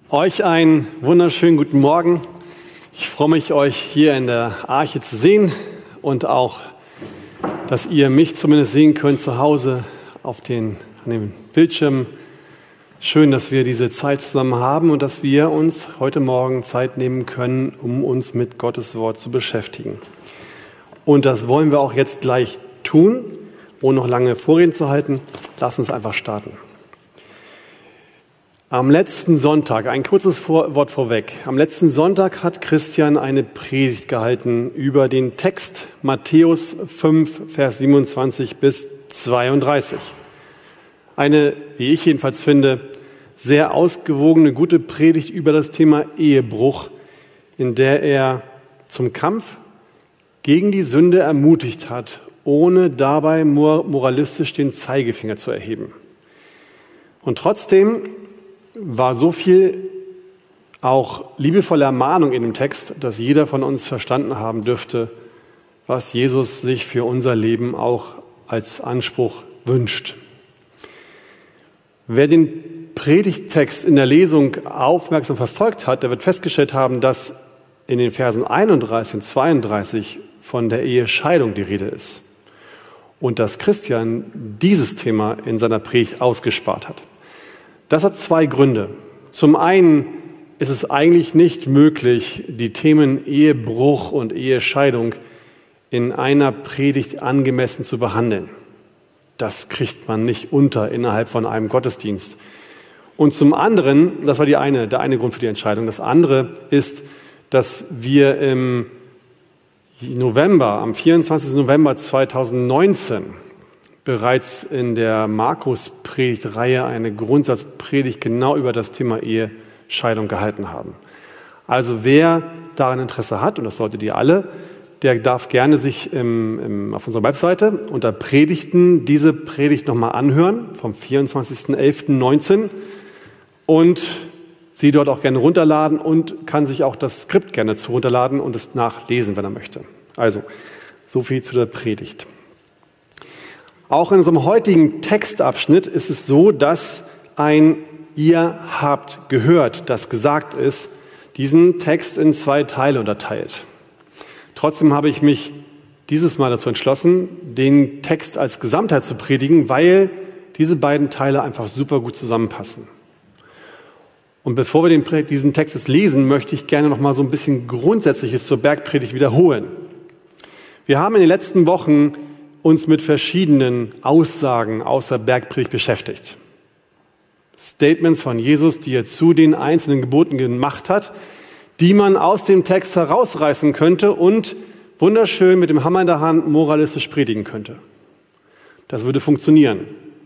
Euch einen wunderschönen guten Morgen. Ich freue mich, euch hier in der Arche zu sehen und auch, dass ihr mich zumindest sehen könnt zu Hause an dem Bildschirm. Schön, dass wir diese Zeit zusammen haben und dass wir uns heute Morgen Zeit nehmen können, um uns mit Gottes Wort zu beschäftigen. Und das wollen wir auch jetzt gleich tun, ohne noch lange Vorreden zu halten. Lasst uns einfach starten. Am letzten Sonntag, ein kurzes Wort vorweg. Am letzten Sonntag hat Christian eine Predigt gehalten über den Text Matthäus 5, Vers 27 bis 32. Eine, wie ich jedenfalls finde, sehr ausgewogene, gute Predigt über das Thema Ehebruch, in der er zum Kampf gegen die Sünde ermutigt hat, ohne dabei moralistisch den Zeigefinger zu erheben. Und trotzdem war so viel auch liebevolle Ermahnung in dem Text, dass jeder von uns verstanden haben dürfte, was Jesus sich für unser Leben auch als Anspruch wünscht. Wer den Predigttext in der Lesung aufmerksam verfolgt hat, der wird festgestellt haben, dass in den Versen 31 und 32 von der Ehescheidung die Rede ist und dass Christian dieses Thema in seiner Predigt ausgespart hat. Das hat zwei Gründe. Zum einen ist es eigentlich nicht möglich, die Themen Ehebruch und Ehescheidung in einer Predigt angemessen zu behandeln. Das kriegt man nicht unter innerhalb von einem Gottesdienst. Und zum anderen, das war der eine Grund für die Entscheidung. Das andere ist, dass wir im November, am 24. November 2019, bereits in der Markus-Predigtreihe eine Grundsatzpredigt genau über das Thema Ehescheidung gehalten haben. Also wer daran Interesse hat, und das solltet ihr alle, der darf gerne sich auf unserer Webseite unter Predigten diese Predigt nochmal anhören, vom 24.11.19 und sie dort auch gerne runterladen und kann sich auch das Skript gerne runterladen und es nachlesen, wenn er möchte. Also, so viel zu der Predigt. Auch in unserem heutigen Textabschnitt ist es so, dass ein Ihr habt gehört, das gesagt ist, diesen Text in zwei Teile unterteilt. Trotzdem habe ich mich dieses Mal dazu entschlossen, den Text als Gesamtheit zu predigen, weil diese beiden Teile einfach super gut zusammenpassen. Und bevor wir diesen Text jetzt lesen, möchte ich gerne noch mal so ein bisschen Grundsätzliches zur Bergpredigt wiederholen. Wir haben in den letzten Wochen uns mit verschiedenen Aussagen aus der Bergpredigt beschäftigt. Statements von Jesus, die er zu den einzelnen Geboten gemacht hat, die man aus dem Text herausreißen könnte und wunderschön mit dem Hammer in der Hand moralistisch predigen könnte. Das würde funktionieren.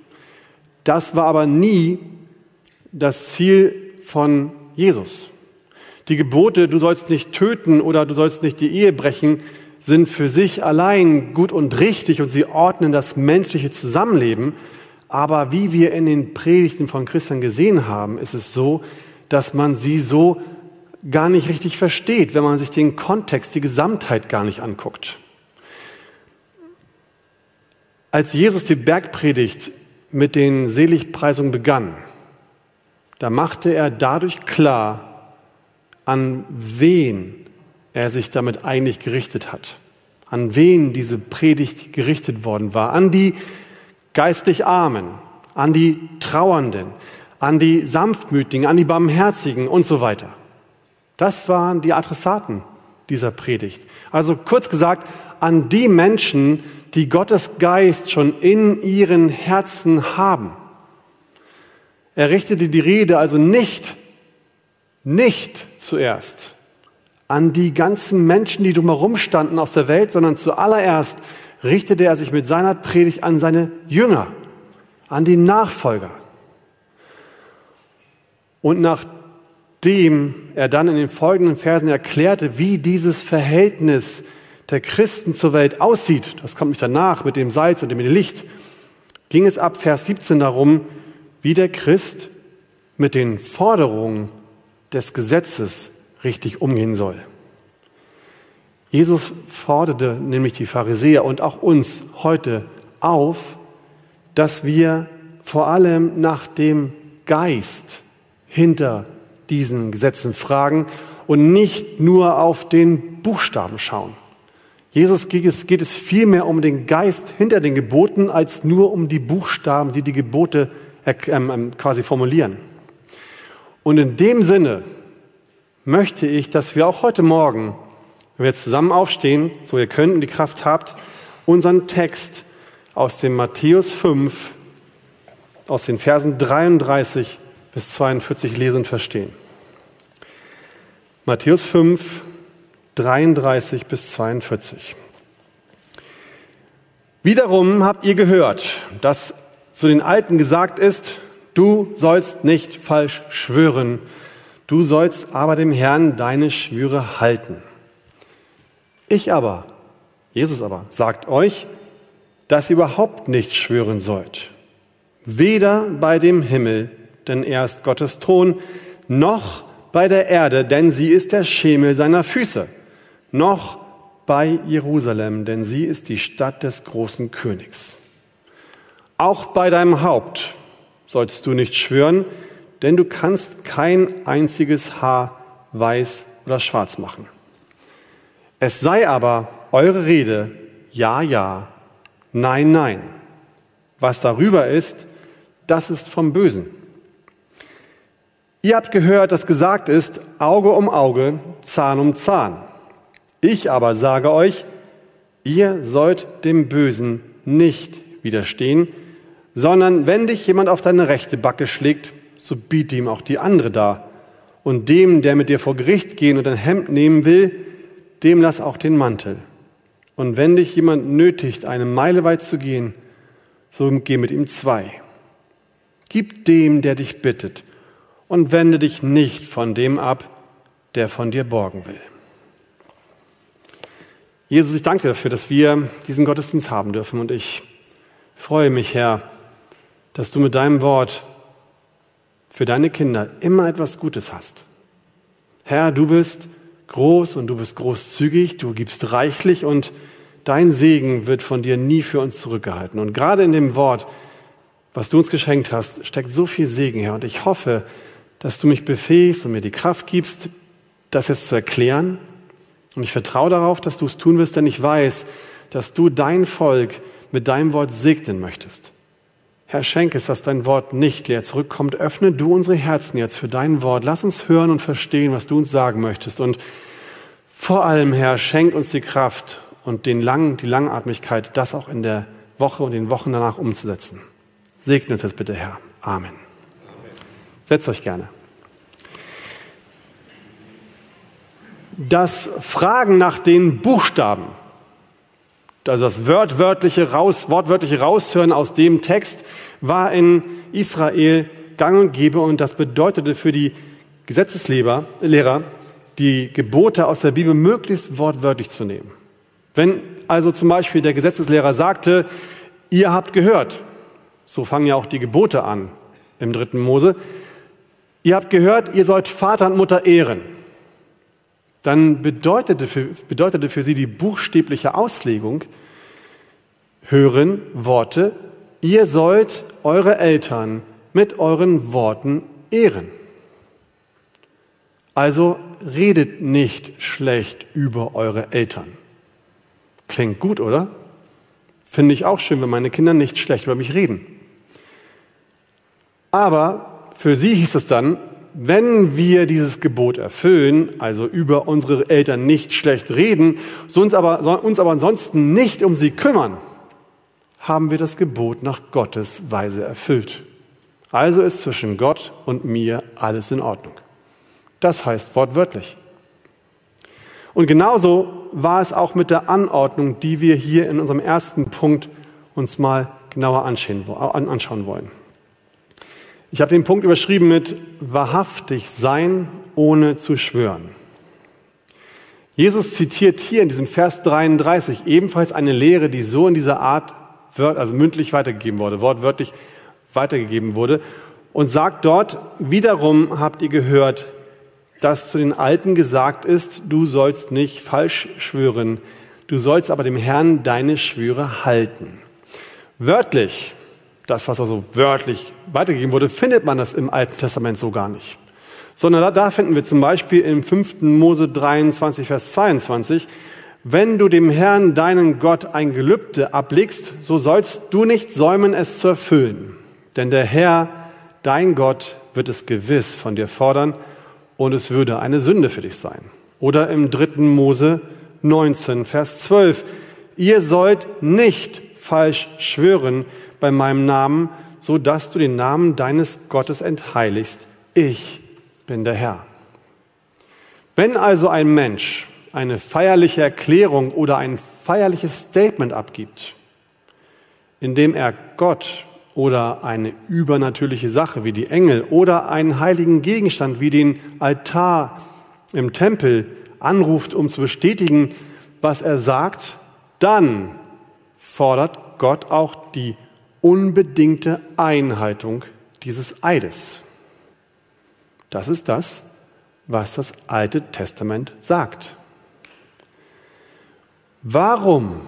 Das war aber nie das Ziel von Jesus. Die Gebote, du sollst nicht töten oder du sollst nicht die Ehe brechen, sind für sich allein gut und richtig und sie ordnen das menschliche Zusammenleben. Aber wie wir in den Predigten von Christian gesehen haben, ist es so, dass man sie so gar nicht richtig versteht, wenn man sich den Kontext, die Gesamtheit gar nicht anguckt. Als Jesus die Bergpredigt mit den Seligpreisungen begann, da machte er dadurch klar, an wen er sich damit eigentlich gerichtet hat, an wen diese Predigt gerichtet worden war, an die geistlich Armen, an die Trauernden, an die Sanftmütigen, an die Barmherzigen und so weiter. Das waren die Adressaten dieser Predigt. Also kurz gesagt, an die Menschen, die Gottes Geist schon in ihren Herzen haben. Er richtete die Rede also nicht zuerst an die ganzen Menschen, die drumherum standen aus der Welt, sondern zuallererst richtete er sich mit seiner Predigt an seine Jünger, an die Nachfolger. Und nachdem er dann in den folgenden Versen erklärte, wie dieses Verhältnis der Christen zur Welt aussieht, das kommt nicht danach mit dem Salz und dem Licht, ging es ab Vers 17 darum, wie der Christ mit den Forderungen des Gesetzes richtig umgehen soll. Jesus forderte nämlich die Pharisäer und auch uns heute auf, dass wir vor allem nach dem Geist hinter diesen Gesetzen fragen und nicht nur auf den Buchstaben schauen. Jesus geht es vielmehr um den Geist hinter den Geboten, als nur um die Buchstaben, die die Gebote quasi formulieren. Und in dem Sinne möchte ich, dass wir auch heute Morgen, wenn wir jetzt zusammen aufstehen, so ihr könnt und die Kraft habt, unseren Text aus dem Matthäus 5, aus den Versen 33 bis 42 lesen und verstehen. Matthäus 5, 33 bis 42. Wiederum habt ihr gehört, dass zu den Alten gesagt ist, du sollst nicht falsch schwören, du sollst aber dem Herrn deine Schwüre halten. Ich aber, Jesus aber, sagt euch, dass ihr überhaupt nicht schwören sollt. Weder bei dem Himmel, denn er ist Gottes Thron, noch bei der Erde, denn sie ist der Schemel seiner Füße, noch bei Jerusalem, denn sie ist die Stadt des großen Königs. Auch bei deinem Haupt sollst du nicht schwören, denn du kannst kein einziges Haar weiß oder schwarz machen. Es sei aber eure Rede ja, ja, nein, nein. Was darüber ist, das ist vom Bösen. Ihr habt gehört, dass gesagt ist, Auge um Auge, Zahn um Zahn. Ich aber sage euch, ihr sollt dem Bösen nicht widerstehen, sondern wenn dich jemand auf deine rechte Backe schlägt, so biete ihm auch die andere dar. Und dem, der mit dir vor Gericht gehen und ein Hemd nehmen will, dem lass auch den Mantel. Und wenn dich jemand nötigt, eine Meile weit zu gehen, so geh mit ihm 2. Gib dem, der dich bittet, und wende dich nicht von dem ab, der von dir borgen will. Jesus, ich danke dafür, dass wir diesen Gottesdienst haben dürfen. Und ich freue mich, Herr, dass du mit deinem Wort für deine Kinder immer etwas Gutes hast. Herr, du bist groß und du bist großzügig, du gibst reichlich und dein Segen wird von dir nie für uns zurückgehalten. Und gerade in dem Wort, was du uns geschenkt hast, steckt so viel Segen, Herr. Und ich hoffe, dass du mich befähigst und mir die Kraft gibst, das jetzt zu erklären. Und ich vertraue darauf, dass du es tun wirst, denn ich weiß, dass du dein Volk mit deinem Wort segnen möchtest. Herr, schenk es, dass dein Wort nicht leer zurückkommt. Öffne du unsere Herzen jetzt für dein Wort. Lass uns hören und verstehen, was du uns sagen möchtest. Und vor allem, Herr, schenk uns die Kraft und die Langatmigkeit, das auch in der Woche und den Wochen danach umzusetzen. Segne uns jetzt bitte, Herr. Amen. Setzt euch gerne. Das Fragen nach den Buchstaben, also das wortwörtliche Raushören aus dem Text, war in Israel gang und gäbe und das bedeutete für die Gesetzeslehrer, die Gebote aus der Bibel möglichst wortwörtlich zu nehmen. Wenn also zum Beispiel der Gesetzeslehrer sagte, ihr habt gehört, so fangen ja auch die Gebote an im 3. Mose, ihr habt gehört, ihr sollt Vater und Mutter ehren, dann bedeutete für sie die buchstäbliche Auslegung, hören Worte, ihr sollt eure Eltern mit euren Worten ehren. Also redet nicht schlecht über eure Eltern. Klingt gut, oder? Finde ich auch schön, wenn meine Kinder nicht schlecht über mich reden. Aber für sie hieß es dann, wenn wir dieses Gebot erfüllen, also über unsere Eltern nicht schlecht reden, uns aber ansonsten nicht um sie kümmern, haben wir das Gebot nach Gottes Weise erfüllt. Also ist zwischen Gott und mir alles in Ordnung. Das heißt wortwörtlich. Und genauso war es auch mit der Anordnung, die wir hier in unserem ersten Punkt uns mal genauer anschauen wollen. Ich habe den Punkt überschrieben mit wahrhaftig sein, ohne zu schwören. Jesus zitiert hier in diesem Vers 33 ebenfalls eine Lehre, die so in dieser Art, also mündlich weitergegeben wurde, wortwörtlich weitergegeben wurde und sagt dort, wiederum habt ihr gehört, dass zu den Alten gesagt ist, du sollst nicht falsch schwören, du sollst aber dem Herrn deine Schwüre halten. Wörtlich, das, was also wörtlich weitergegeben wurde, findet man das im Alten Testament so gar nicht. Sondern da finden wir zum Beispiel im 5. Mose 23, Vers 22, wenn du dem Herrn, deinen Gott, ein Gelübde ablegst, so sollst du nicht säumen, es zu erfüllen. Denn der Herr, dein Gott, wird es gewiss von dir fordern und es würde eine Sünde für dich sein. Oder im 3. Mose 19, Vers 12. Ihr sollt nicht falsch schwören bei meinem Namen, so dass du den Namen deines Gottes entheiligst. Ich bin der Herr. Wenn also ein Mensch eine feierliche Erklärung oder ein feierliches Statement abgibt, in dem er Gott oder eine übernatürliche Sache wie die Engel oder einen heiligen Gegenstand wie den Altar im Tempel anruft, um zu bestätigen, was er sagt, dann fordert Gott auch die unbedingte Einhaltung dieses Eides. Das ist das, was das Alte Testament sagt. Warum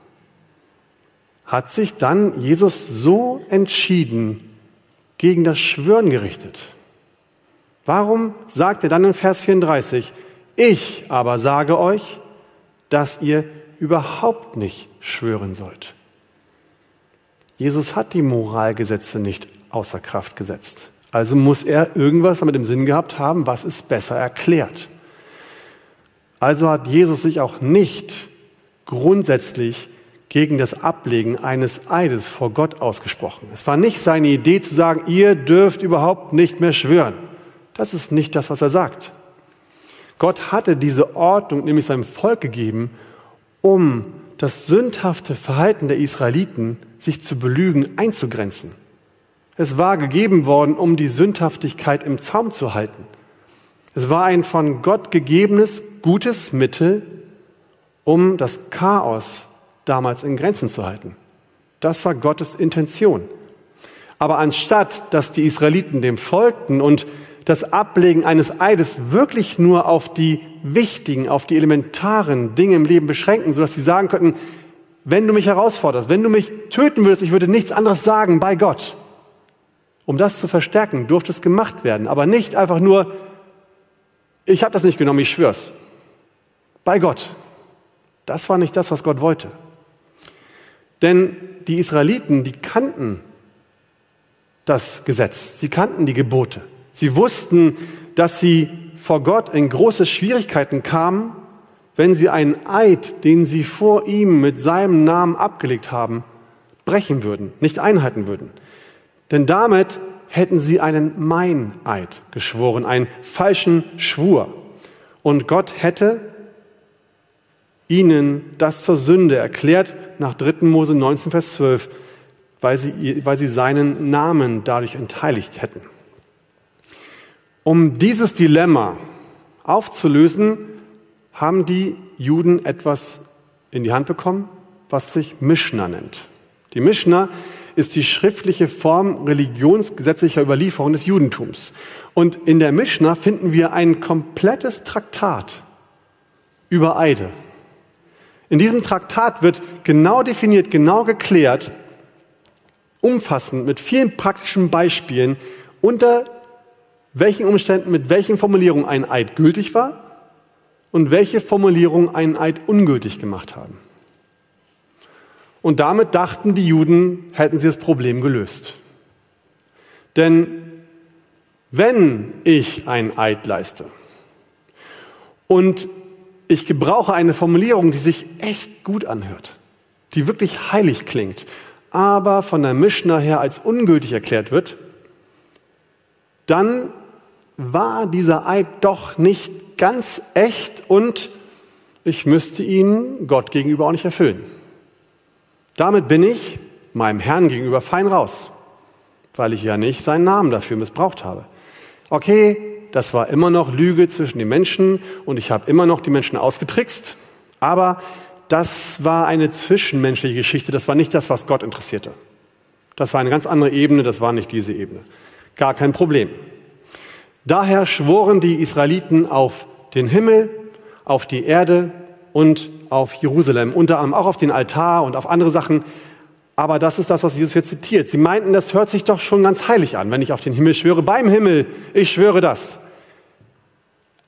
hat sich dann Jesus so entschieden gegen das Schwören gerichtet? Warum sagt er dann in Vers 34, ich aber sage euch, dass ihr überhaupt nicht schwören sollt? Jesus hat die Moralgesetze nicht außer Kraft gesetzt. Also muss er irgendwas damit im Sinn gehabt haben, was es besser erklärt. Also hat Jesus sich auch nicht grundsätzlich gegen das Ablegen eines Eides vor Gott ausgesprochen. Es war nicht seine Idee zu sagen, ihr dürft überhaupt nicht mehr schwören. Das ist nicht das, was er sagt. Gott hatte diese Ordnung nämlich seinem Volk gegeben, um das sündhafte Verhalten der Israeliten, sich zu belügen, einzugrenzen. Es war gegeben worden, um die Sündhaftigkeit im Zaum zu halten. Es war ein von Gott gegebenes, gutes Mittel, um das Chaos damals in Grenzen zu halten. Das war Gottes Intention. Aber anstatt, dass die Israeliten dem folgten und das Ablegen eines Eides wirklich nur auf die wichtigen, auf die elementaren Dinge im Leben beschränken, sodass sie sagen könnten, wenn du mich herausforderst, wenn du mich töten würdest, ich würde nichts anderes sagen bei Gott. Um das zu verstärken, durfte es gemacht werden, aber nicht einfach nur, ich habe das nicht genommen, ich schwör's. Bei Gott. Das war nicht das, was Gott wollte. Denn die Israeliten, die kannten das Gesetz, sie kannten die Gebote. Sie wussten, dass sie vor Gott in große Schwierigkeiten kamen, wenn sie einen Eid, den sie vor ihm mit seinem Namen abgelegt haben, brechen würden, nicht einhalten würden. Denn damit hätten sie einen Meineid geschworen, einen falschen Schwur. Und Gott hätte ihnen das zur Sünde erklärt, nach 3. Mose 19, Vers 12, weil sie seinen Namen dadurch entheiligt hätten. Um dieses Dilemma aufzulösen, haben die Juden etwas in die Hand bekommen, was sich Mischna nennt. Die Mischna ist die schriftliche Form religionsgesetzlicher Überlieferung des Judentums. Und in der Mischna finden wir ein komplettes Traktat über Eide. In diesem Traktat wird genau definiert, genau geklärt, umfassend mit vielen praktischen Beispielen, unter welchen Umständen, mit welchen Formulierungen ein Eid gültig war und welche Formulierungen einen Eid ungültig gemacht haben. Und damit dachten die Juden, hätten sie das Problem gelöst. Denn wenn ich einen Eid leiste und ich gebrauche eine Formulierung, die sich echt gut anhört, die wirklich heilig klingt, aber von der Mischna her als ungültig erklärt wird, dann war dieser Eid doch nicht ganz echt und ich müsste ihn Gott gegenüber auch nicht erfüllen. Damit bin ich meinem Herrn gegenüber fein raus, weil ich ja nicht seinen Namen dafür missbraucht habe. Okay, das war immer noch Lüge zwischen den Menschen und ich habe immer noch die Menschen ausgetrickst, aber das war eine zwischenmenschliche Geschichte, das war nicht das, was Gott interessierte. Das war eine ganz andere Ebene, das war nicht diese Ebene. Gar kein Problem. Daher schworen die Israeliten auf den Himmel, auf die Erde und auf Jerusalem, unter anderem auch auf den Altar und auf andere Sachen. Aber das ist das, was Jesus jetzt zitiert. Sie meinten, das hört sich doch schon ganz heilig an, wenn ich auf den Himmel schwöre. Beim Himmel, ich schwöre das.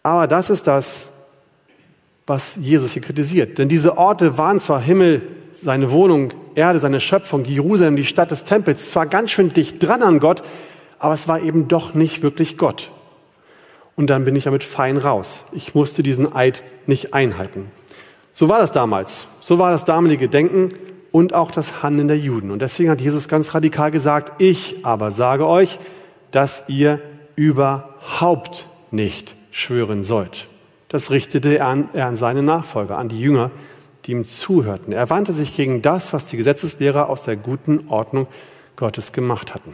Aber das ist das, was Jesus hier kritisiert. Denn diese Orte waren zwar Himmel, seine Wohnung, Erde, seine Schöpfung, Jerusalem, die Stadt des Tempels, zwar ganz schön dicht dran an Gott, aber es war eben doch nicht wirklich Gott. Und dann bin ich damit fein raus. Ich musste diesen Eid nicht einhalten. So war das damals. So war das damalige Denken und auch das Handeln der Juden. Und deswegen hat Jesus ganz radikal gesagt, ich aber sage euch, dass ihr überhaupt nicht schwören sollt. Das richtete er an seine Nachfolger, an die Jünger, die ihm zuhörten. Er wandte sich gegen das, was die Gesetzeslehrer aus der guten Ordnung Gottes gemacht hatten.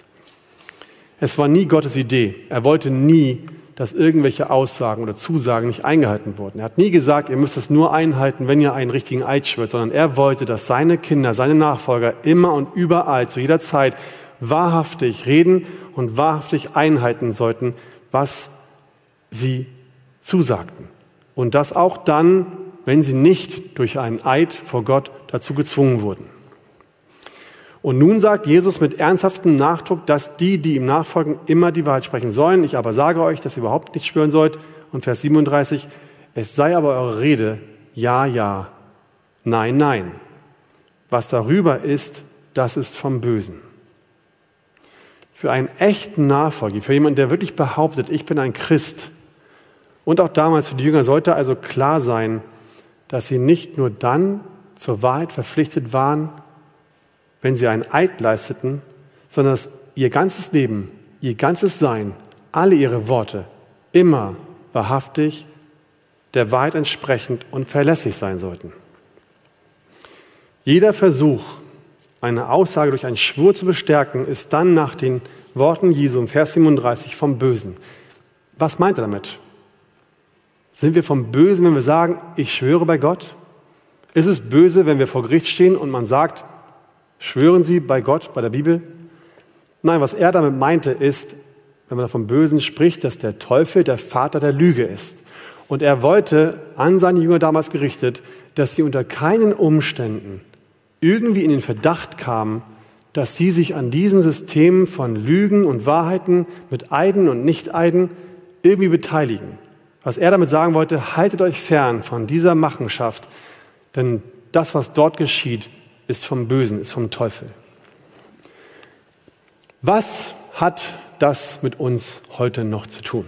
Es war nie Gottes Idee. Er wollte nie, dass irgendwelche Aussagen oder Zusagen nicht eingehalten wurden. Er hat nie gesagt, ihr müsst es nur einhalten, wenn ihr einen richtigen Eid schwört, sondern er wollte, dass seine Kinder, seine Nachfolger immer und überall, zu jeder Zeit wahrhaftig reden und wahrhaftig einhalten sollten, was sie zusagten. Und das auch dann, wenn sie nicht durch einen Eid vor Gott dazu gezwungen wurden. Und nun sagt Jesus mit ernsthaftem Nachdruck, dass die ihm nachfolgen, immer die Wahrheit sprechen sollen. Ich aber sage euch, dass ihr überhaupt nicht schwören sollt. Und Vers 37, es sei aber eure Rede, ja, ja, nein, nein. Was darüber ist, das ist vom Bösen. Für einen echten Nachfolger, für jemanden, der wirklich behauptet, ich bin ein Christ, und auch damals für die Jünger sollte also klar sein, dass sie nicht nur dann zur Wahrheit verpflichtet waren, wenn sie einen Eid leisteten, sondern dass ihr ganzes Leben, ihr ganzes Sein, alle ihre Worte immer wahrhaftig, der Wahrheit entsprechend und verlässlich sein sollten. Jeder Versuch, eine Aussage durch einen Schwur zu bestärken, ist dann nach den Worten Jesu im Vers 37 vom Bösen. Was meint er damit? Sind wir vom Bösen, wenn wir sagen, ich schwöre bei Gott? Ist es böse, wenn wir vor Gericht stehen und man sagt, schwören Sie bei Gott, bei der Bibel? Nein, was er damit meinte ist, wenn man vom Bösen spricht, dass der Teufel der Vater der Lüge ist. Und er wollte an seine Jünger damals gerichtet, dass sie unter keinen Umständen irgendwie in den Verdacht kamen, dass sie sich an diesen Systemen von Lügen und Wahrheiten mit Eiden und Nicht-Eiden irgendwie beteiligen. Was er damit sagen wollte, haltet euch fern von dieser Machenschaft, denn das, was dort geschieht, ist vom Bösen, ist vom Teufel. Was hat das mit uns heute noch zu tun?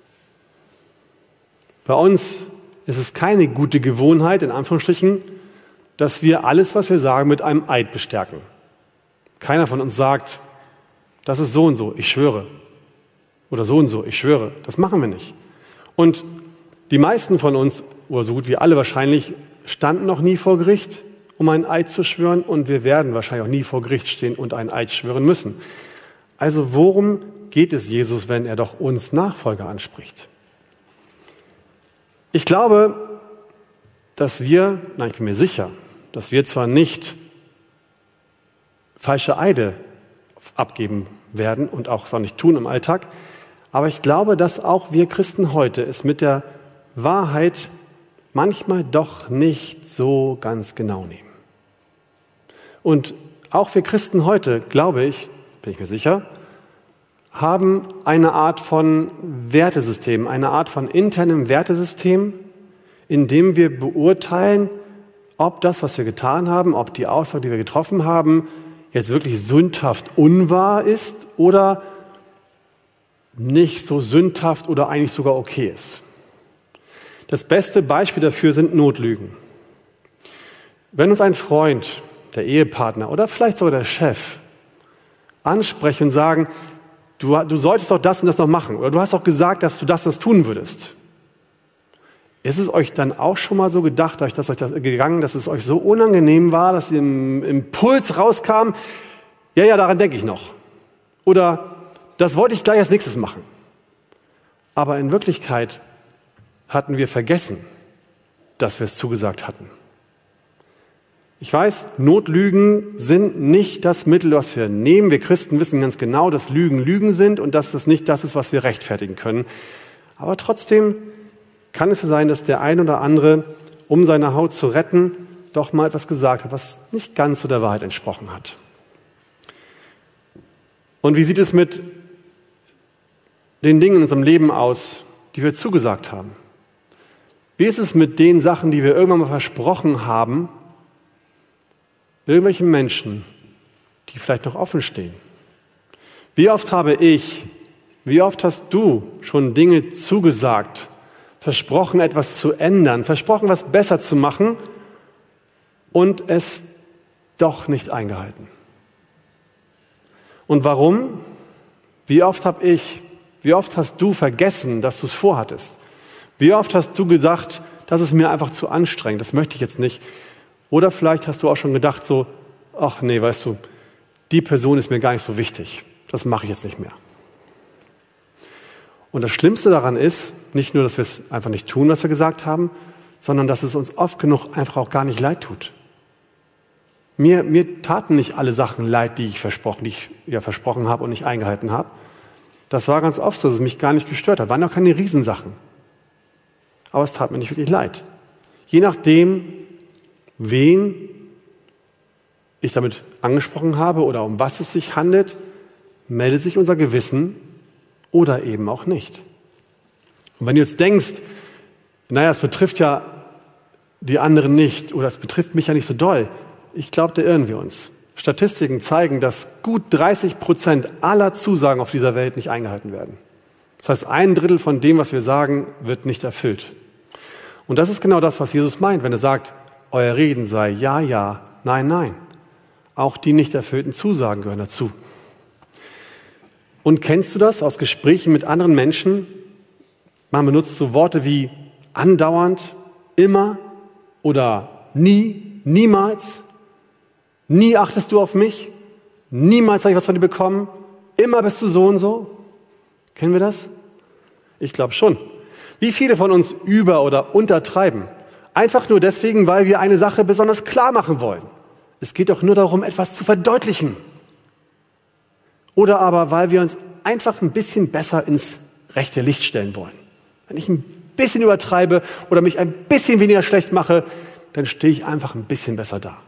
Bei uns ist es keine gute Gewohnheit, in Anführungsstrichen, dass wir alles, was wir sagen, mit einem Eid bestärken. Keiner von uns sagt, das ist so und so, ich schwöre. Oder so und so, ich schwöre. Das machen wir nicht. Und die meisten von uns, oder so gut wie alle wahrscheinlich, standen noch nie vor Gericht, um einen Eid zu schwören, und wir werden wahrscheinlich auch nie vor Gericht stehen und einen Eid schwören müssen. Also worum geht es Jesus, wenn er doch uns Nachfolger anspricht? Ich glaube, ich bin mir sicher, dass wir zwar nicht falsche Eide abgeben werden und auch nicht tun im Alltag, aber ich glaube, dass auch wir Christen heute es mit der Wahrheit manchmal doch nicht so ganz genau nehmen. Und auch wir Christen heute, glaube ich, bin ich mir sicher, haben eine Art von Wertesystem, eine Art von internem Wertesystem, in dem wir beurteilen, ob das, was wir getan haben, ob die Aussage, die wir getroffen haben, jetzt wirklich sündhaft unwahr ist oder nicht so sündhaft oder eigentlich sogar okay ist. Das beste Beispiel dafür sind Notlügen. Wenn uns ein Freund, der Ehepartner oder vielleicht sogar der Chef ansprechen und sagen, du solltest doch das und das noch machen oder du hast doch gesagt, dass du das tun würdest. Ist es euch dann auch schon mal so gedacht, dass es euch so unangenehm war, dass ihr im Impuls rauskam, ja, daran denke ich noch. Oder das wollte ich gleich als nächstes machen. Aber in Wirklichkeit hatten wir vergessen, dass wir es zugesagt hatten. Ich weiß, Notlügen sind nicht das Mittel, was wir nehmen. Wir Christen wissen ganz genau, dass Lügen Lügen sind und dass das nicht das ist, was wir rechtfertigen können. Aber trotzdem kann es sein, dass der ein oder andere, um seine Haut zu retten, doch mal etwas gesagt hat, was nicht ganz so der Wahrheit entsprochen hat. Und wie sieht es mit den Dingen in unserem Leben aus, die wir zugesagt haben? Wie ist es mit den Sachen, die wir irgendwann mal versprochen haben, irgendwelchen Menschen, die vielleicht noch offen stehen? Wie oft hast du schon Dinge zugesagt, versprochen, etwas zu ändern, versprochen, was besser zu machen und es doch nicht eingehalten? Und warum? Wie oft hast du vergessen, dass du es vorhattest? Wie oft hast du gesagt, das ist mir einfach zu anstrengend, das möchte ich jetzt nicht? Oder vielleicht hast du auch schon gedacht so, ach nee, weißt du, die Person ist mir gar nicht so wichtig, das mache ich jetzt nicht mehr. Und das Schlimmste daran ist, nicht nur, dass wir es einfach nicht tun, was wir gesagt haben, sondern dass es uns oft genug einfach auch gar nicht leid tut. Mir taten nicht alle Sachen leid, die ich versprochen habe und nicht eingehalten habe. Das war ganz oft so, dass es mich gar nicht gestört hat. Waren auch keine Riesensachen. Aber es tat mir nicht wirklich leid. Je nachdem, wen ich damit angesprochen habe oder um was es sich handelt, meldet sich unser Gewissen oder eben auch nicht. Und wenn du jetzt denkst, naja, es betrifft ja die anderen nicht oder es betrifft mich ja nicht so doll, ich glaube, da irren wir uns. Statistiken zeigen, dass gut 30% aller Zusagen auf dieser Welt nicht eingehalten werden. Das heißt, 1/3 von dem, was wir sagen, wird nicht erfüllt. Und das ist genau das, was Jesus meint, wenn er sagt, euer Reden sei ja, ja, nein, nein. Auch die nicht erfüllten Zusagen gehören dazu. Und kennst du das aus Gesprächen mit anderen Menschen? Man benutzt so Worte wie andauernd, immer oder nie, niemals. Nie achtest du auf mich, niemals habe ich was von dir bekommen, immer bist du so und so. Kennen wir das? Ich glaube schon. Wie viele von uns über- oder untertreiben? Einfach nur deswegen, weil wir eine Sache besonders klar machen wollen. Es geht doch nur darum, etwas zu verdeutlichen. Oder aber, weil wir uns einfach ein bisschen besser ins rechte Licht stellen wollen. Wenn ich ein bisschen übertreibe oder mich ein bisschen weniger schlecht mache, dann stehe ich einfach ein bisschen besser da.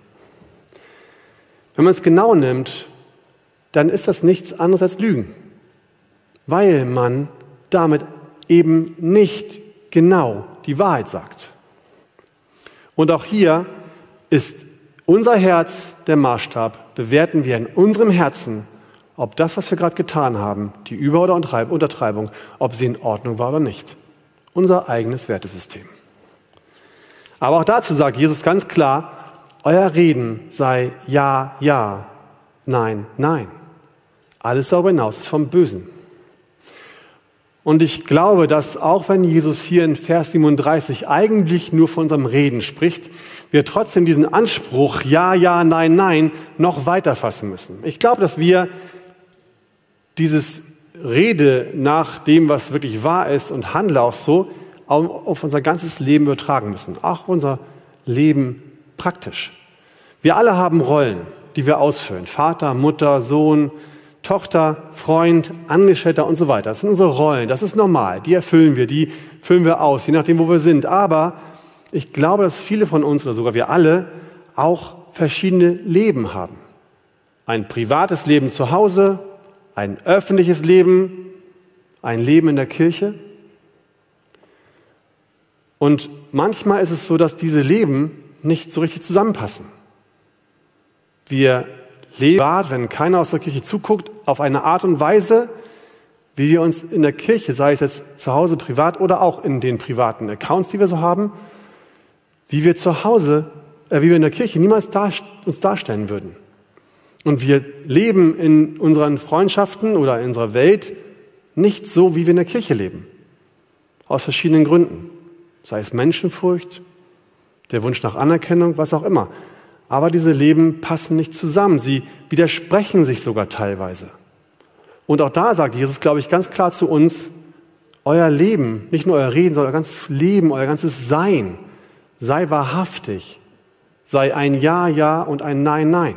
Wenn man es genau nimmt, dann ist das nichts anderes als Lügen, weil man damit eben nicht genau die Wahrheit sagt. Und auch hier ist unser Herz der Maßstab, bewerten wir in unserem Herzen, ob das, was wir gerade getan haben, die Über- oder Untertreibung, ob sie in Ordnung war oder nicht. Unser eigenes Wertesystem. Aber auch dazu sagt Jesus ganz klar, euer Reden sei ja, ja, nein, nein. Alles darüber hinaus ist vom Bösen. Und ich glaube, dass auch wenn Jesus hier in Vers 37 eigentlich nur von unserem Reden spricht, wir trotzdem diesen Anspruch, ja, ja, nein, nein, noch weiter fassen müssen. Ich glaube, dass wir dieses Rede nach dem, was wirklich wahr ist und handle auch so, auf unser ganzes Leben übertragen müssen. Auch unser Leben praktisch. Wir alle haben Rollen, die wir ausfüllen. Vater, Mutter, Sohn, Tochter, Freund, Angestellter und so weiter. Das sind unsere Rollen, das ist normal. Die erfüllen wir aus, je nachdem, wo wir sind. Aber ich glaube, dass viele von uns oder sogar wir alle auch verschiedene Leben haben. Ein privates Leben zu Hause, ein öffentliches Leben, ein Leben in der Kirche. Und manchmal ist es so, dass diese Leben nicht so richtig zusammenpassen. Wir leben, wenn keiner aus der Kirche zuguckt, auf eine Art und Weise, wie wir uns in der Kirche, sei es jetzt zu Hause privat oder auch in den privaten Accounts, die wir so haben, wie wir in der Kirche niemals uns darstellen würden. Und wir leben in unseren Freundschaften oder in unserer Welt nicht so, wie wir in der Kirche leben. Aus verschiedenen Gründen. Sei es Menschenfurcht, der Wunsch nach Anerkennung, was auch immer. Aber diese Leben passen nicht zusammen. Sie widersprechen sich sogar teilweise. Und auch da sagt Jesus, glaube ich, ganz klar zu uns, euer Leben, nicht nur euer Reden, sondern euer ganzes Leben, euer ganzes Sein, sei wahrhaftig, sei ein Ja, Ja und ein Nein, Nein.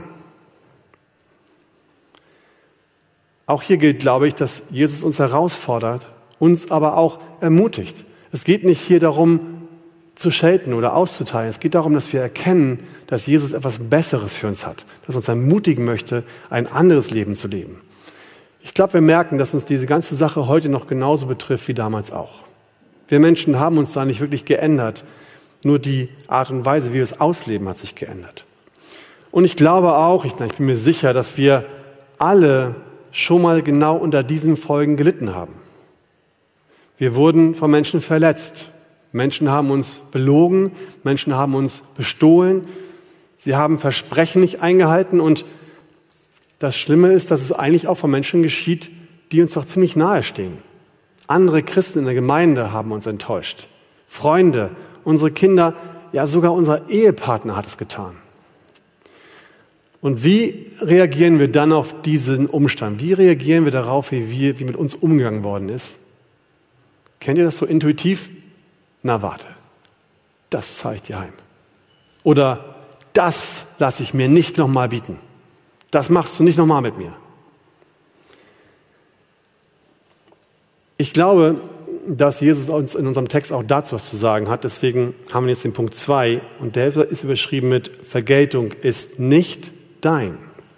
Auch hier gilt, glaube ich, dass Jesus uns herausfordert, uns aber auch ermutigt. Es geht nicht hier darum, zu schelten oder auszuteilen. Es geht darum, dass wir erkennen, dass Jesus etwas Besseres für uns hat, dass uns ermutigen möchte, ein anderes Leben zu leben. Ich glaube, wir merken, dass uns diese ganze Sache heute noch genauso betrifft wie damals auch. Wir Menschen haben uns da nicht wirklich geändert. Nur die Art und Weise, wie wir es ausleben, hat sich geändert. Und ich glaube auch, ich bin mir sicher, dass wir alle schon mal genau unter diesen Folgen gelitten haben. Wir wurden von Menschen verletzt. Menschen haben uns belogen, Menschen haben uns bestohlen, sie haben Versprechen nicht eingehalten und das Schlimme ist, dass es eigentlich auch von Menschen geschieht, die uns doch ziemlich nahe stehen. Andere Christen in der Gemeinde haben uns enttäuscht. Freunde, unsere Kinder, ja sogar unser Ehepartner hat es getan. Und wie reagieren wir dann auf diesen Umstand? Wie reagieren wir darauf, wie mit uns umgegangen worden ist? Kennt ihr das so intuitiv? Na warte, das zahle ich dir heim. Oder das lasse ich mir nicht nochmal bieten. Das machst du nicht nochmal mit mir. Ich glaube, dass Jesus uns in unserem Text auch dazu was zu sagen hat. Deswegen haben wir jetzt den Punkt 2 und der ist überschrieben mit Vergeltung ist nicht dein.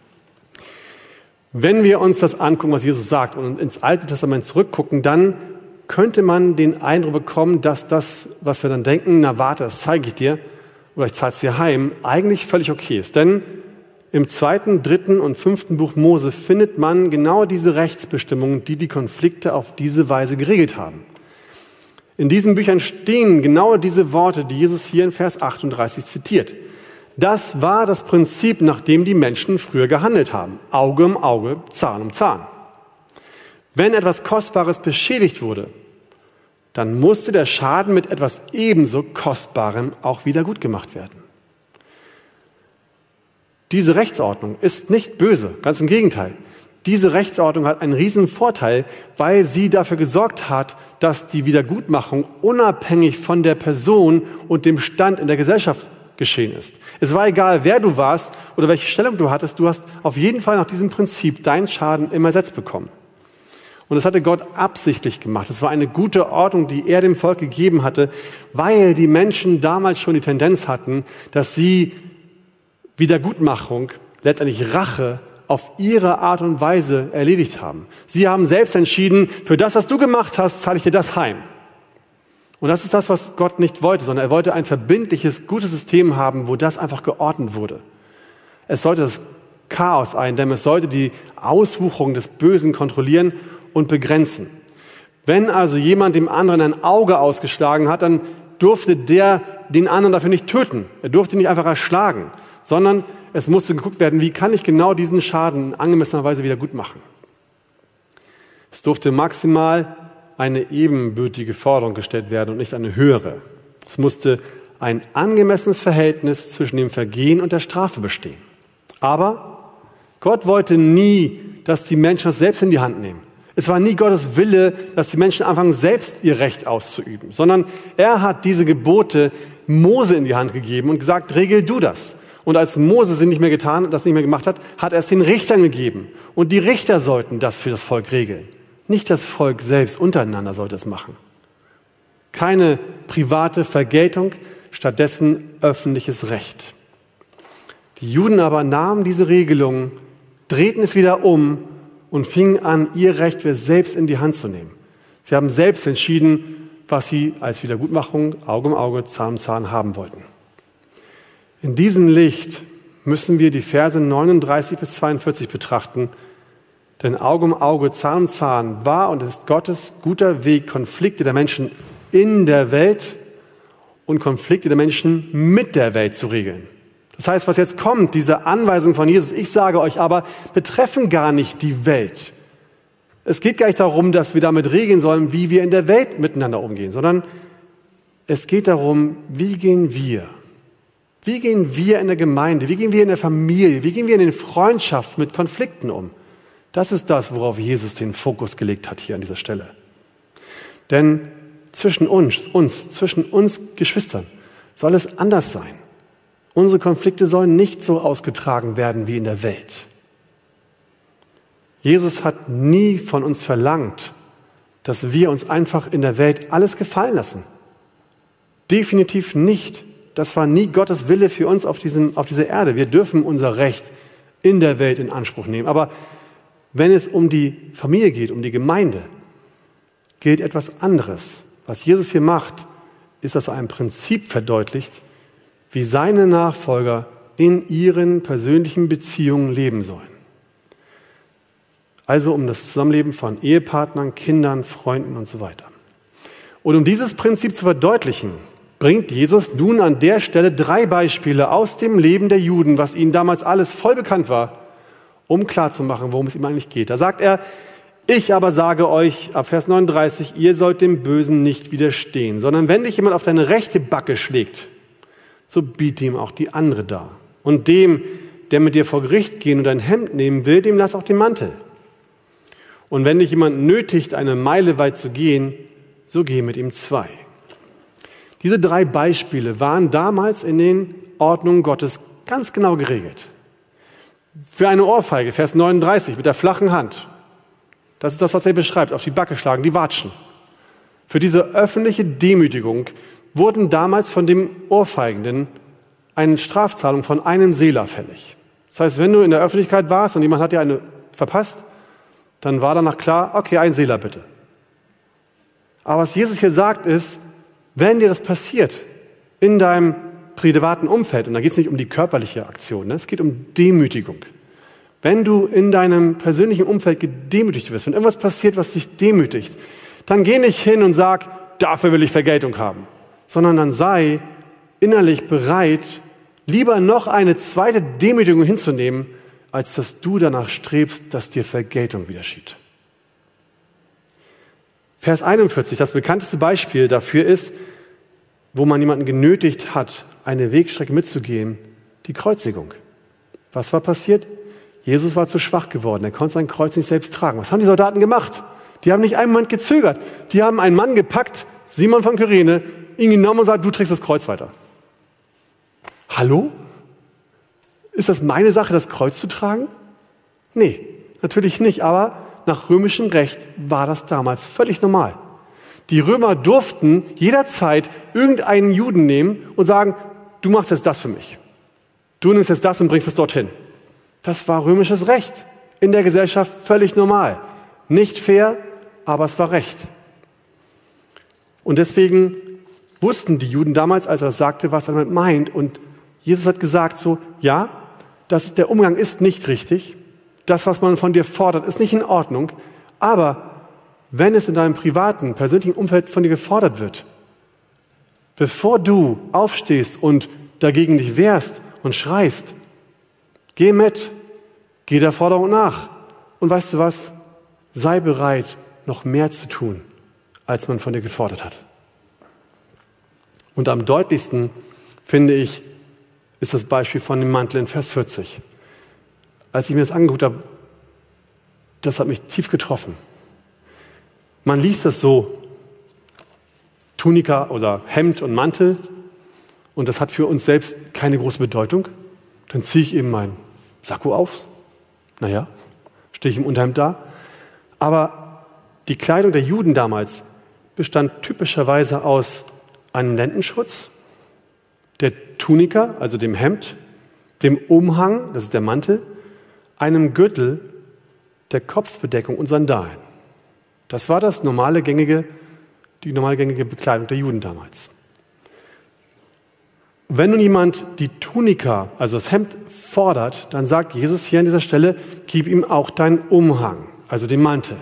Wenn wir uns das angucken, was Jesus sagt und ins Alte Testament zurückgucken, dann könnte man den Eindruck bekommen, dass das, was wir dann denken, na warte, das zeige ich dir oder ich zahle es dir heim, eigentlich völlig okay ist. Denn im 2., 3. und 5. Buch Mose findet man genau diese Rechtsbestimmungen, die die Konflikte auf diese Weise geregelt haben. In diesen Büchern stehen genau diese Worte, die Jesus hier in Vers 38 zitiert. Das war das Prinzip, nach dem die Menschen früher gehandelt haben. Auge um Auge, Zahn um Zahn. Wenn etwas Kostbares beschädigt wurde, dann musste der Schaden mit etwas ebenso Kostbarem auch wieder gut gemacht werden. Diese Rechtsordnung ist nicht böse, ganz im Gegenteil. Diese Rechtsordnung hat einen riesen Vorteil, weil sie dafür gesorgt hat, dass die Wiedergutmachung unabhängig von der Person und dem Stand in der Gesellschaft geschehen ist. Es war egal, wer du warst oder welche Stellung du hattest, du hast auf jeden Fall nach diesem Prinzip deinen Schaden immer ersetzt bekommen. Und das hatte Gott absichtlich gemacht. Es war eine gute Ordnung, die er dem Volk gegeben hatte, weil die Menschen damals schon die Tendenz hatten, dass sie Wiedergutmachung, letztendlich Rache, auf ihre Art und Weise erledigt haben. Sie haben selbst entschieden, für das, was du gemacht hast, zahle ich dir das heim. Und das ist das, was Gott nicht wollte, sondern er wollte ein verbindliches, gutes System haben, wo das einfach geordnet wurde. Es sollte das Chaos eindämmen, es sollte die Auswucherung des Bösen kontrollieren und begrenzen. Wenn also jemand dem anderen ein Auge ausgeschlagen hat, dann durfte der den anderen dafür nicht töten. Er durfte ihn nicht einfach erschlagen, sondern es musste geguckt werden, wie kann ich genau diesen Schaden in angemessener Weise wieder gut machen. Es durfte maximal eine ebenbürtige Forderung gestellt werden und nicht eine höhere. Es musste ein angemessenes Verhältnis zwischen dem Vergehen und der Strafe bestehen. Aber Gott wollte nie, dass die Menschen das selbst in die Hand nehmen. Es war nie Gottes Wille, dass die Menschen anfangen, selbst ihr Recht auszuüben, sondern er hat diese Gebote Mose in die Hand gegeben und gesagt, regel du das. Und als Mose das nicht mehr gemacht hat, hat er es den Richtern gegeben. Und die Richter sollten das für das Volk regeln. Nicht das Volk selbst untereinander sollte es machen. Keine private Vergeltung, stattdessen öffentliches Recht. Die Juden aber nahmen diese Regelung, drehten es wieder um und fingen an, ihr Recht für selbst in die Hand zu nehmen. Sie haben selbst entschieden, was sie als Wiedergutmachung, Auge um Auge, Zahn um Zahn haben wollten. In diesem Licht müssen wir die Verse 39 bis 42 betrachten, denn Auge um Auge, Zahn um Zahn war und ist Gottes guter Weg, Konflikte der Menschen in der Welt und Konflikte der Menschen mit der Welt zu regeln. Das heißt, was jetzt kommt, diese Anweisung von Jesus, ich sage euch aber, betreffen gar nicht die Welt. Es geht gar nicht darum, dass wir damit regeln sollen, wie wir in der Welt miteinander umgehen, sondern es geht darum, wie gehen wir? Wie gehen wir in der Gemeinde? Wie gehen wir in der Familie? Wie gehen wir in den Freundschaften mit Konflikten um? Das ist das, worauf Jesus den Fokus gelegt hat hier an dieser Stelle. Denn zwischen uns Geschwistern soll es anders sein. Unsere Konflikte sollen nicht so ausgetragen werden wie in der Welt. Jesus hat nie von uns verlangt, dass wir uns einfach in der Welt alles gefallen lassen. Definitiv nicht. Das war nie Gottes Wille für uns auf dieser Erde. Wir dürfen unser Recht in der Welt in Anspruch nehmen. Aber wenn es um die Familie geht, um die Gemeinde, gilt etwas anderes. was Jesus hier macht, ist, dass er ein Prinzip verdeutlicht, wie seine Nachfolger in ihren persönlichen Beziehungen leben sollen. Also um das Zusammenleben von Ehepartnern, Kindern, Freunden und so weiter. Und um dieses Prinzip zu verdeutlichen, bringt Jesus nun an der Stelle 3 Beispiele aus dem Leben der Juden, was ihnen damals alles voll bekannt war, um klarzumachen, worum es ihm eigentlich geht. Da sagt er, ich aber sage euch, ab Vers 39, ihr sollt dem Bösen nicht widerstehen, sondern wenn dich jemand auf deine rechte Backe schlägt, so biete ihm auch die andere dar. Und dem, der mit dir vor Gericht gehen und dein Hemd nehmen will, dem lass auch den Mantel. Und wenn dich jemand nötigt, eine Meile weit zu gehen, so geh mit ihm 2. Diese 3 Beispiele waren damals in den Ordnungen Gottes ganz genau geregelt. Für eine Ohrfeige, Vers 39, mit der flachen Hand. Das ist das, was er beschreibt, auf die Backe schlagen, die Watschen. Für diese öffentliche Demütigung wurden damals von dem Ohrfeigenden eine Strafzahlung von 1 Selah fällig. Das heißt, wenn du in der Öffentlichkeit warst und jemand hat dir eine verpasst, dann war danach klar, okay, 1 Selah bitte. Aber was Jesus hier sagt ist, wenn dir das passiert in deinem privaten Umfeld, und da geht es nicht um die körperliche Aktion, es geht um Demütigung. Wenn du in deinem persönlichen Umfeld gedemütigt wirst, wenn irgendwas passiert, was dich demütigt, dann geh nicht hin und sag, dafür will ich Vergeltung haben, sondern dann sei innerlich bereit, lieber noch eine zweite Demütigung hinzunehmen, als dass du danach strebst, dass dir Vergeltung widerschiebt. Vers 41, das bekannteste Beispiel dafür ist, wo man jemanden genötigt hat, eine Wegstrecke mitzugehen, die Kreuzigung. Was war passiert? Jesus war zu schwach geworden, er konnte sein Kreuz nicht selbst tragen. Was haben die Soldaten gemacht? Die haben nicht einen Moment gezögert. Die haben einen Mann gepackt, Simon von Kyrene, ihn genommen und gesagt, du trägst das Kreuz weiter. Hallo? Ist das meine Sache, das Kreuz zu tragen? Nee, natürlich nicht, aber nach römischem Recht war das damals völlig normal. Die Römer durften jederzeit irgendeinen Juden nehmen und sagen, du machst jetzt das für mich. Du nimmst jetzt das und bringst es dorthin. Das war römisches Recht. In der Gesellschaft völlig normal. Nicht fair, aber es war Recht. Und deswegen wussten die Juden damals, als er das sagte, was er damit meint. Und Jesus hat gesagt so, ja, der Umgang ist nicht richtig. Das, was man von dir fordert, ist nicht in Ordnung. Aber wenn es in deinem privaten, persönlichen Umfeld von dir gefordert wird, bevor du aufstehst und dagegen dich wehrst und schreist, geh mit, geh der Forderung nach. Und weißt du was? Sei bereit, noch mehr zu tun, als man von dir gefordert hat. Und am deutlichsten, finde ich, ist das Beispiel von dem Mantel in Vers 40. Als ich mir das angeguckt habe, das hat mich tief getroffen. Man liest das so, Tunika oder Hemd und Mantel, und das hat für uns selbst keine große Bedeutung. Dann ziehe ich eben mein Sakko auf. Naja, stehe ich im Unterhemd da. Aber die Kleidung der Juden damals bestand typischerweise aus einem Lendenschutz, der Tunika, also dem Hemd, dem Umhang, das ist der Mantel, einem Gürtel, der Kopfbedeckung und Sandalen. Das war die normale gängige Bekleidung der Juden damals. Wenn nun jemand die Tunika, also das Hemd, fordert, dann sagt Jesus hier an dieser Stelle, gib ihm auch deinen Umhang, also den Mantel.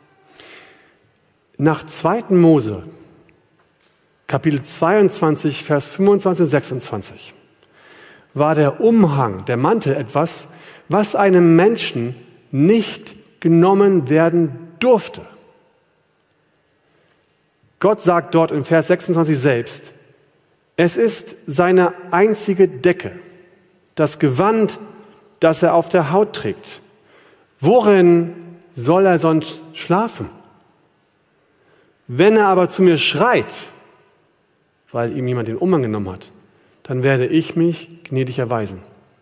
Nach 2. Mose, Kapitel 22, Vers 25 und 26, war der Umhang, der Mantel etwas, was einem Menschen nicht genommen werden durfte. Gott sagt dort in Vers 26 selbst, es ist seine einzige Decke, das Gewand, das er auf der Haut trägt. Worin soll er sonst schlafen? Wenn er aber zu mir schreit, weil ihm jemand den Umhang genommen hat, dann werde ich mich gnädig erweisen.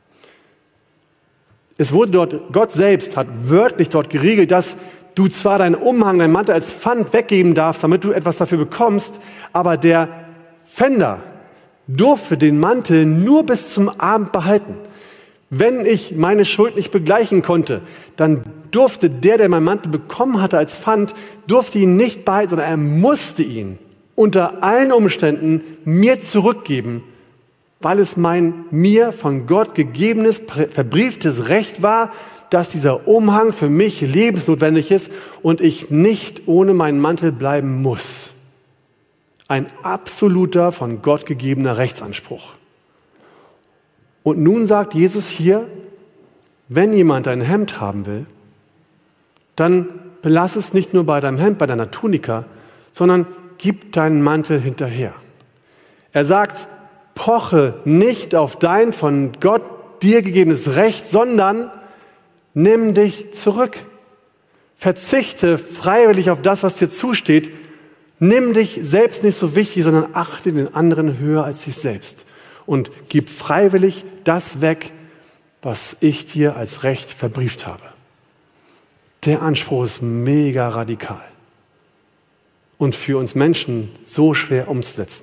Es wurde dort, Gott selbst hat wörtlich dort geregelt, dass du zwar deinen Umhang, deinen Mantel als Pfand weggeben darfst, damit du etwas dafür bekommst, aber der Pfänder durfte den Mantel nur bis zum Abend behalten. Wenn ich meine Schuld nicht begleichen konnte, dann durfte der meinen Mantel bekommen hatte als Pfand, durfte ihn nicht behalten, sondern er musste ihn unter allen Umständen mir zurückgeben, weil es mein mir von Gott gegebenes, verbrieftes Recht war, dass dieser Umhang für mich lebensnotwendig ist und ich nicht ohne meinen Mantel bleiben muss. Ein absoluter, von Gott gegebener Rechtsanspruch. Und nun sagt Jesus hier, wenn jemand ein Hemd haben will, dann belass es nicht nur bei deinem Hemd, bei deiner Tunika, sondern gib deinen Mantel hinterher. Er sagt, poche nicht auf dein von Gott dir gegebenes Recht, sondern nimm dich zurück. Verzichte freiwillig auf das, was dir zusteht. Nimm dich selbst nicht so wichtig, sondern achte den anderen höher als dich selbst. Und gib freiwillig das weg, was ich dir als Recht verbrieft habe. Der Anspruch ist mega radikal und für uns Menschen so schwer umzusetzen.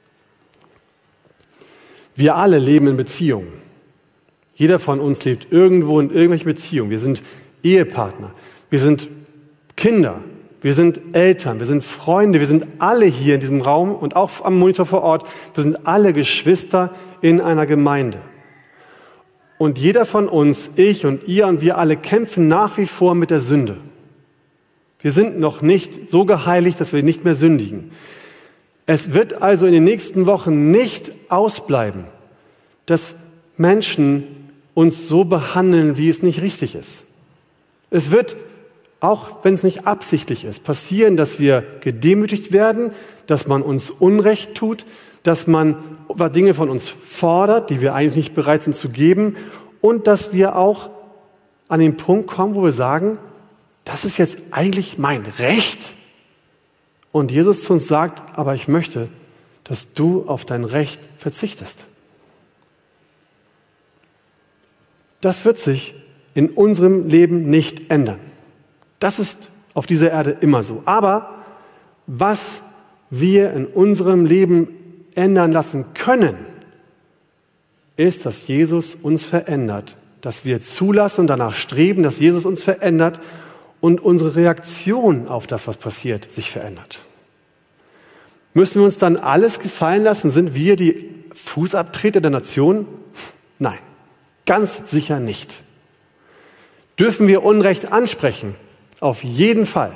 Wir alle leben in Beziehungen. Jeder von uns lebt irgendwo in irgendwelchen Beziehungen. Wir sind Ehepartner, wir sind Kinder, wir sind Eltern, wir sind Freunde, wir sind alle hier in diesem Raum und auch am Monitor vor Ort. Wir sind alle Geschwister in einer Gemeinde. Und jeder von uns, ich und ihr und wir alle kämpfen nach wie vor mit der Sünde. Wir sind noch nicht so geheiligt, dass wir nicht mehr sündigen. Es wird also in den nächsten Wochen nicht ausbleiben, dass Menschen uns so behandeln, wie es nicht richtig ist. Es wird, auch wenn es nicht absichtlich ist, passieren, dass wir gedemütigt werden, dass man uns Unrecht tut, dass man Dinge von uns fordert, die wir eigentlich nicht bereit sind zu geben und dass wir auch an den Punkt kommen, wo wir sagen, das ist jetzt eigentlich mein Recht. Und Jesus zu uns sagt, aber ich möchte, dass du auf dein Recht verzichtest. Das wird sich in unserem Leben nicht ändern. Das ist auf dieser Erde immer so. Aber was wir in unserem Leben ändern lassen können, ist, dass Jesus uns verändert, dass wir zulassen und danach streben, dass Jesus uns verändert und unsere Reaktion auf das, was passiert, sich verändert. Müssen wir uns dann alles gefallen lassen? Sind wir die Fußabtreter der Nation? Nein, ganz sicher nicht. Dürfen wir Unrecht ansprechen? Auf jeden Fall.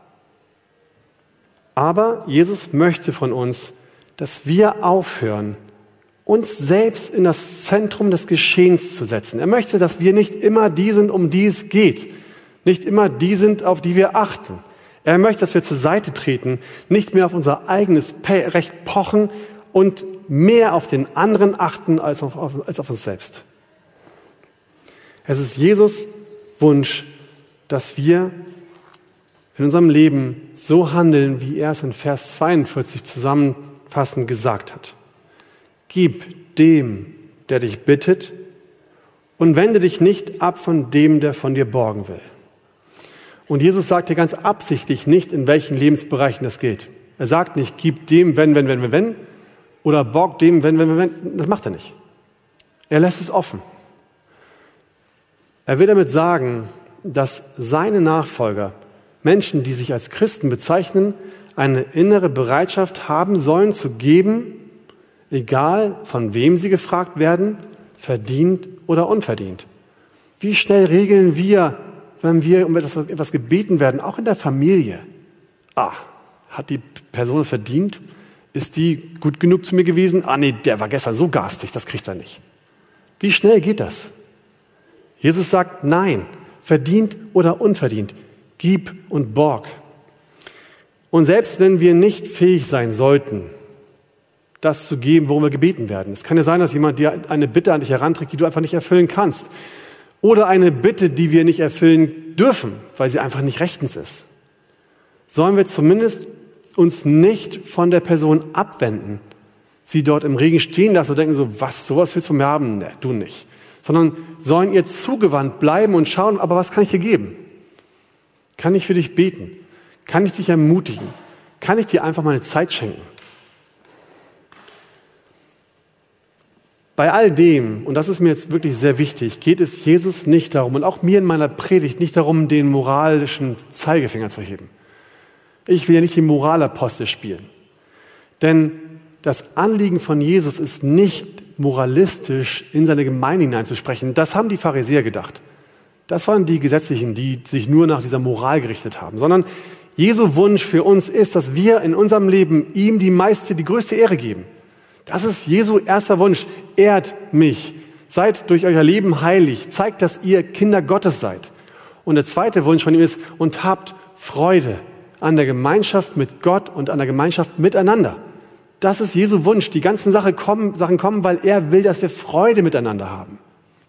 Aber Jesus möchte von uns, dass wir aufhören, uns selbst in das Zentrum des Geschehens zu setzen. Er möchte, dass wir nicht immer die sind, um die es geht, nicht immer die sind, auf die wir achten. Er möchte, dass wir zur Seite treten, nicht mehr auf unser eigenes Recht pochen und mehr auf den anderen achten als auf uns selbst. Es ist Jesus Wunsch, dass wir in unserem Leben so handeln, wie er es in Vers 42 zusammenfassend gesagt hat. Gib dem, der dich bittet, und wende dich nicht ab von dem, der von dir borgen will. Und Jesus sagt hier ganz absichtlich nicht, in welchen Lebensbereichen das geht. Er sagt nicht, gib dem, wenn, oder borg dem, wenn. Das macht er nicht. Er lässt es offen. Er will damit sagen, dass seine Nachfolger, Menschen, die sich als Christen bezeichnen, eine innere Bereitschaft haben sollen zu geben, egal von wem sie gefragt werden, verdient oder unverdient. Wie schnell regeln wir, wenn wir um etwas gebeten werden, auch in der Familie? Hat die Person es verdient? Ist die gut genug zu mir gewesen? Nee, der war gestern so garstig, das kriegt er nicht. Wie schnell geht das? Jesus sagt, nein, verdient oder unverdient, gib und borg. Und selbst wenn wir nicht fähig sein sollten, das zu geben, worum wir gebeten werden. Es kann ja sein, dass jemand dir eine Bitte an dich heranträgt, die du einfach nicht erfüllen kannst. Oder eine Bitte, die wir nicht erfüllen dürfen, weil sie einfach nicht rechtens ist. Sollen wir zumindest uns nicht von der Person abwenden, sie dort im Regen stehen lassen und denken so, was, sowas willst du von mir haben? Nee, du nicht. Sondern sollen ihr zugewandt bleiben und schauen, aber was kann ich dir geben? Kann ich für dich beten? Kann ich dich ermutigen? Kann ich dir einfach meine Zeit schenken? Bei all dem, und das ist mir jetzt wirklich sehr wichtig, geht es Jesus nicht darum, und auch mir in meiner Predigt nicht darum, den moralischen Zeigefinger zu heben. Ich will ja nicht den Moralapostel spielen. Denn das Anliegen von Jesus ist nicht moralistisch in seine Gemeinde hineinzusprechen. Das haben die Pharisäer gedacht. Das waren die Gesetzlichen, die sich nur nach dieser Moral gerichtet haben. Sondern Jesu Wunsch für uns ist, dass wir in unserem Leben ihm die größte Ehre geben. Das ist Jesu erster Wunsch. Ehrt mich. Seid durch euer Leben heilig. Zeigt, dass ihr Kinder Gottes seid. Und der zweite Wunsch von ihm ist, und habt Freude an der Gemeinschaft mit Gott und an der Gemeinschaft miteinander. Das ist Jesu Wunsch. Die ganzen Sachen kommen, weil er will, dass wir Freude miteinander haben.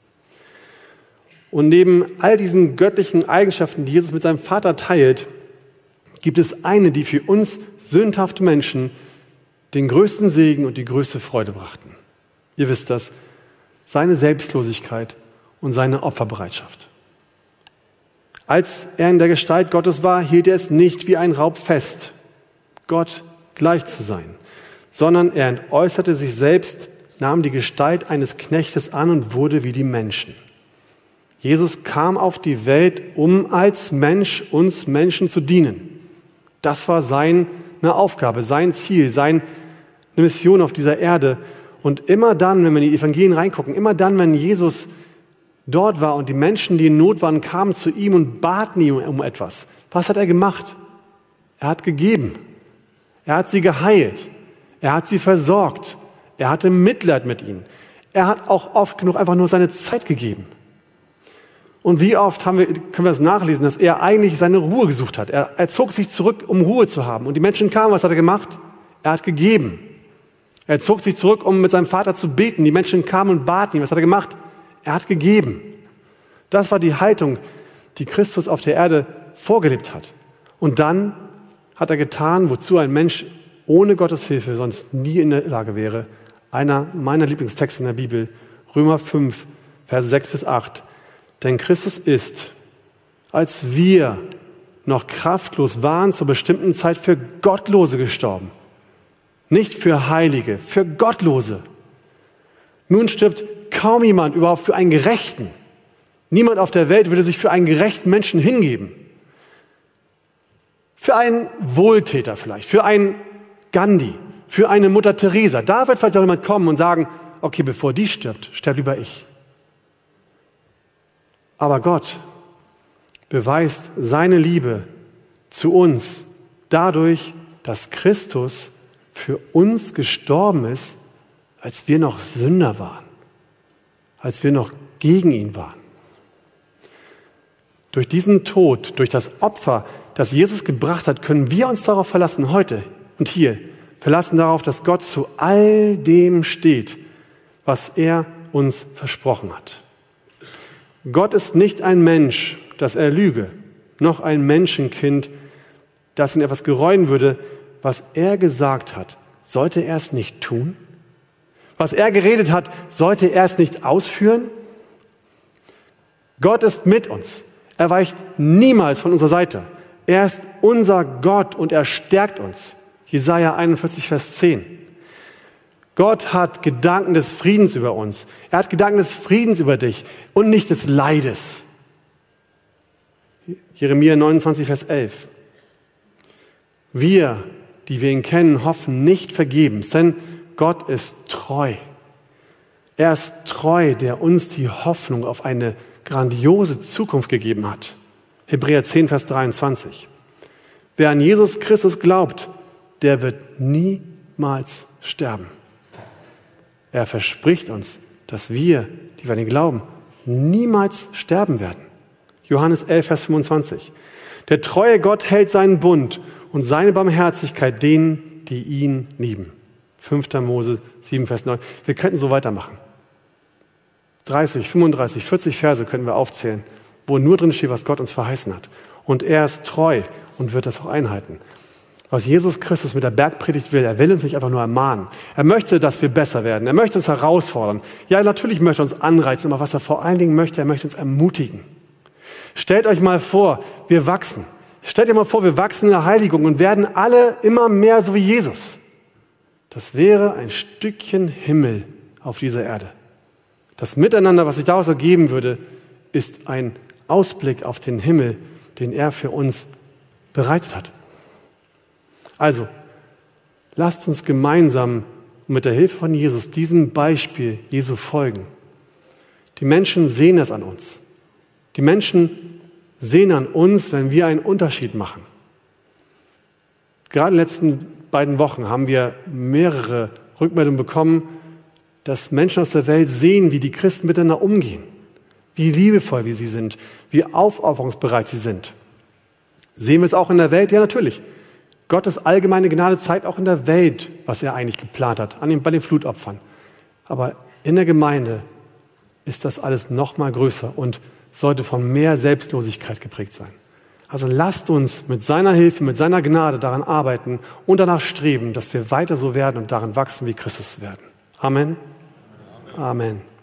Und neben all diesen göttlichen Eigenschaften, die Jesus mit seinem Vater teilt, gibt es eine, die für uns sündhafte Menschen den größten Segen und die größte Freude brachten. Ihr wisst das, seine Selbstlosigkeit und seine Opferbereitschaft. Als er in der Gestalt Gottes war, hielt er es nicht wie ein Raub fest, Gott gleich zu sein, sondern er entäußerte sich selbst, nahm die Gestalt eines Knechtes an und wurde wie die Menschen. Jesus kam auf die Welt, um als Mensch uns Menschen zu dienen. Das war seine Aufgabe, sein Ziel, seine Mission auf dieser Erde. Und immer dann, wenn wir in die Evangelien reingucken, immer dann, wenn Jesus dort war und die Menschen, die in Not waren, kamen zu ihm und baten ihn um etwas. Was hat er gemacht? Er hat gegeben. Er hat sie geheilt. Er hat sie versorgt. Er hatte Mitleid mit ihnen. Er hat auch oft genug einfach nur seine Zeit gegeben. Und wie oft können wir das nachlesen, dass er eigentlich seine Ruhe gesucht hat. Er zog sich zurück, um Ruhe zu haben. Und die Menschen kamen, was hat er gemacht? Er hat gegeben. Er zog sich zurück, um mit seinem Vater zu beten. Die Menschen kamen und baten ihn. Was hat er gemacht? Er hat gegeben. Das war die Haltung, die Christus auf der Erde vorgelebt hat. Und dann hat er getan, wozu ein Mensch ohne Gottes Hilfe sonst nie in der Lage wäre. Einer meiner Lieblingstexte in der Bibel, Römer 5, Verse 6 bis 8. Denn Christus ist, als wir noch kraftlos waren, zur bestimmten Zeit für Gottlose gestorben. Nicht für Heilige, für Gottlose. Nun stirbt kaum jemand überhaupt für einen Gerechten. Niemand auf der Welt würde sich für einen gerechten Menschen hingeben. Für einen Wohltäter vielleicht, für einen Gandhi, für eine Mutter Teresa. Da wird vielleicht auch jemand kommen und sagen, okay, bevor die stirbt, sterb lieber ich. Aber Gott beweist seine Liebe zu uns dadurch, dass Christus für uns gestorben ist, als wir noch Sünder waren, als wir noch gegen ihn waren. Durch diesen Tod, durch das Opfer, das Jesus gebracht hat, können wir uns darauf verlassen, heute und hier, verlassen darauf, dass Gott zu all dem steht, was er uns versprochen hat. Gott ist nicht ein Mensch, dass er lüge, noch ein Menschenkind, das ihn etwas gereuen würde. Was er gesagt hat, sollte er es nicht tun? Was er geredet hat, sollte er es nicht ausführen? Gott ist mit uns. Er weicht niemals von unserer Seite. Er ist unser Gott und er stärkt uns. Jesaja 41, Vers 10. Gott hat Gedanken des Friedens über uns. Er hat Gedanken des Friedens über dich und nicht des Leides. Jeremia 29, Vers 11. Wir, die wir ihn kennen, hoffen nicht vergebens, denn Gott ist treu. Er ist treu, der uns die Hoffnung auf eine grandiose Zukunft gegeben hat. Hebräer 10, Vers 23. Wer an Jesus Christus glaubt, der wird niemals sterben. Er verspricht uns, dass wir, die wir an ihn glauben, niemals sterben werden. Johannes 11, Vers 25. Der treue Gott hält seinen Bund und seine Barmherzigkeit denen, die ihn lieben. 5. Mose 7, Vers 9. Wir könnten so weitermachen. 30, 35, 40 Verse können wir aufzählen, wo nur drin steht, was Gott uns verheißen hat. Und er ist treu und wird das auch einhalten. Was Jesus Christus mit der Bergpredigt will, er will uns nicht einfach nur ermahnen. Er möchte, dass wir besser werden. Er möchte uns herausfordern. Ja, natürlich möchte er uns anreizen, aber was er vor allen Dingen möchte, er möchte uns ermutigen. Stellt euch mal vor, wir wachsen. Stellt euch mal vor, wir wachsen in der Heiligung und werden alle immer mehr so wie Jesus. Das wäre ein Stückchen Himmel auf dieser Erde. Das Miteinander, was sich daraus ergeben würde, ist ein Ausblick auf den Himmel, den er für uns bereitet hat. Also, lasst uns gemeinsam mit der Hilfe von Jesus diesem Beispiel Jesu folgen. Die Menschen sehen es an uns. Die Menschen sehen an uns, wenn wir einen Unterschied machen. Gerade in den letzten beiden Wochen haben wir mehrere Rückmeldungen bekommen, dass Menschen aus der Welt sehen, wie die Christen miteinander umgehen, wie liebevoll wie sie sind, wie aufopferungsbereit sie sind. Sehen wir es auch in der Welt? Ja, natürlich. Gottes allgemeine Gnade zeigt auch in der Welt, was er eigentlich geplant hat, bei den Flutopfern. Aber in der Gemeinde ist das alles noch mal größer und sollte von mehr Selbstlosigkeit geprägt sein. Also lasst uns mit seiner Hilfe, mit seiner Gnade daran arbeiten und danach streben, dass wir weiter so werden und darin wachsen, wie Christus werden. Amen. Amen.